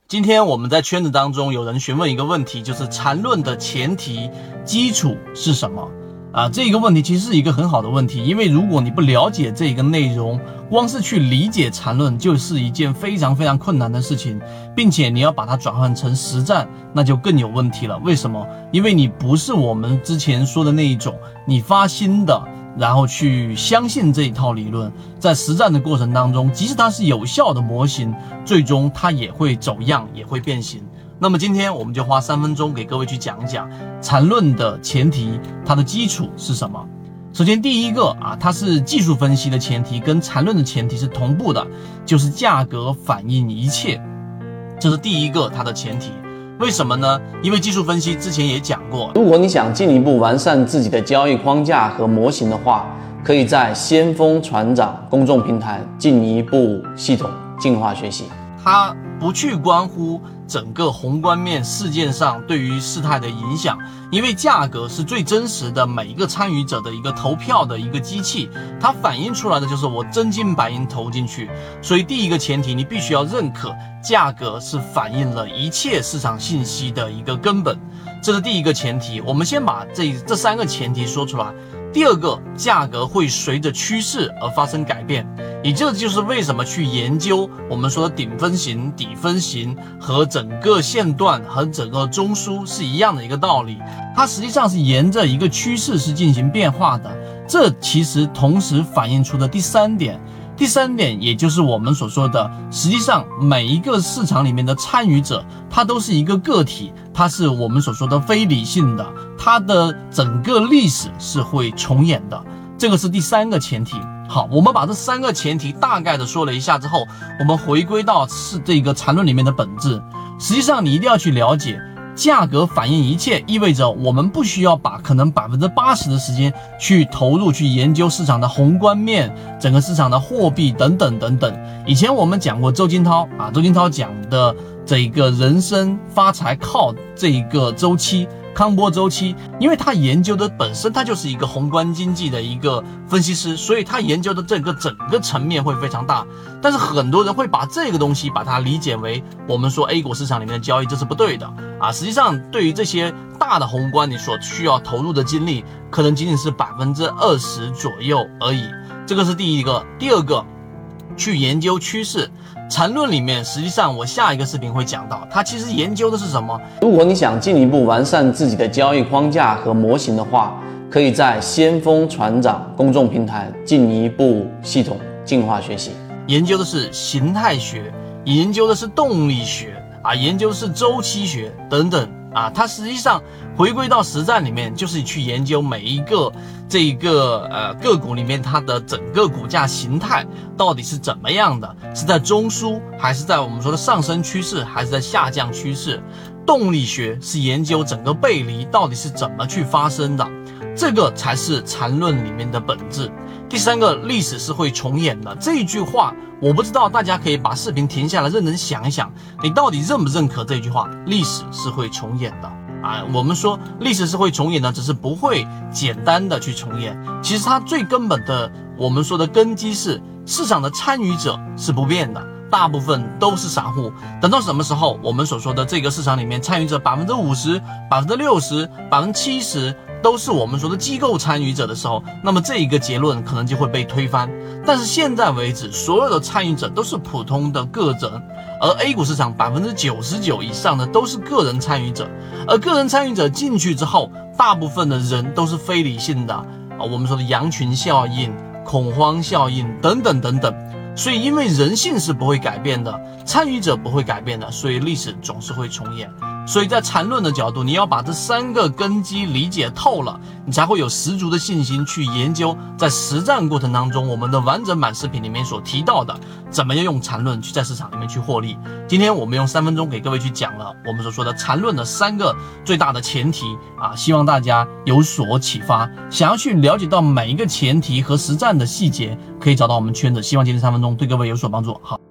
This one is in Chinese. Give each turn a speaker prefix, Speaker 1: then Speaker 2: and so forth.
Speaker 1: 今天我们在圈子当中有人询问一个问题，就是缠论的前提基础是什么这个问题其实是一个很好的问题，因为如果你不了解这个内容，光是去理解缠论就是一件非常非常困难的事情，并且你要把它转换成实战，那就更有问题了。为什么？因为你不是我们之前说的那一种你发心的然后去相信这一套理论，在实战的过程当中，即使它是有效的模型，最终它也会走样，也会变形。那么今天我们就花3分钟给各位去讲一讲缠论的前提，它的基础是什么。首先第一个它是技术分析的前提，跟缠论的前提是同步的，就是价格反映一切，这是第一个它的前提。为什么呢？因为技术分析之前也讲过，
Speaker 2: 如果你想进一步完善自己的交易框架和模型的话，可以在先锋船长公众平台进一步系统进化学习。
Speaker 1: 它不去关乎整个宏观面事件上对于事态的影响，因为价格是最真实的每一个参与者的一个投票的一个机器，它反映出来的就是我真金白银投进去。所以第一个前提，你必须要认可价格是反映了一切市场信息的一个根本，这是第一个前提。我们先把这3个前提说出来。第二个，价格会随着趋势而发生改变，也就是为什么去研究我们说的顶分型、底分型和整个线段和整个中枢是一样的一个道理，它实际上是沿着一个趋势是进行变化的。这其实同时反映出的第三点，也就是我们所说的，实际上每一个市场里面的参与者，它都是一个个体，它是我们所说的非理性的，它的整个历史是会重演的，这个是第3个前提。好，我们把这3个前提大概的说了一下之后，我们回归到是这个缠论里面的本质。实际上你一定要去了解，价格反映一切，意味着我们不需要把可能80%的时间去投入去研究市场的宏观面，整个市场的货币等等等等。以前我们讲过周金涛周金涛讲的这个人生发财靠这一个周期，康波周期，因为他研究的本身他就是一个宏观经济的一个分析师，所以他研究的这个整个层面会非常大。但是很多人会把这个东西把它理解为我们说 A 股市场里面的交易，这是不对的实际上对于这些大的宏观，你所需要投入的精力可能仅仅是20%左右而已，这个是第一个。第二个，去研究趋势。缠论里面实际上我下一个视频会讲到，它其实研究的是什么。
Speaker 2: 如果你想进一步完善自己的交易框架和模型的话，可以在先锋船长公众平台进一步系统进化学习。
Speaker 1: 研究的是形态学，研究的是动力学研究的是周期学等等它实际上回归到实战里面，就是去研究每一个这个个股里面它的整个股价形态到底是怎么样的，是在中枢还是在我们说的上升趋势还是在下降趋势。动力学是研究整个背离到底是怎么去发生的，这个才是缠论里面的本质。第3个，历史是会重演的，这一句话我不知道大家可以把视频停下来认真想一想，你到底认不认可这句话，历史是会重演的我们说历史是会重演的，只是不会简单的去重演。其实它最根本的我们说的根基是市场的参与者是不变的，大部分都是散户。等到什么时候我们所说的这个市场里面参与者50%、60%、70%都是我们说的机构参与者的时候，那么这一个结论可能就会被推翻。但是现在为止，所有的参与者都是普通的个人，而 A 股市场99%以上的都是个人参与者，而个人参与者进去之后，大部分的人都是非理性的我们说的羊群效应、恐慌效应等等等等。所以因为人性是不会改变的，参与者不会改变的，所以历史总是会重演。所以在缠论的角度，你要把这3个根基理解透了，你才会有十足的信心去研究在实战过程当中我们的完整版视频里面所提到的怎么样用缠论去在市场里面去获利。今天我们用3分钟给各位去讲了我们所说的缠论的3个最大的前提希望大家有所启发。想要去了解到每一个前提和实战的细节，可以找到我们圈子。希望今天3分钟对各位有所帮助。好。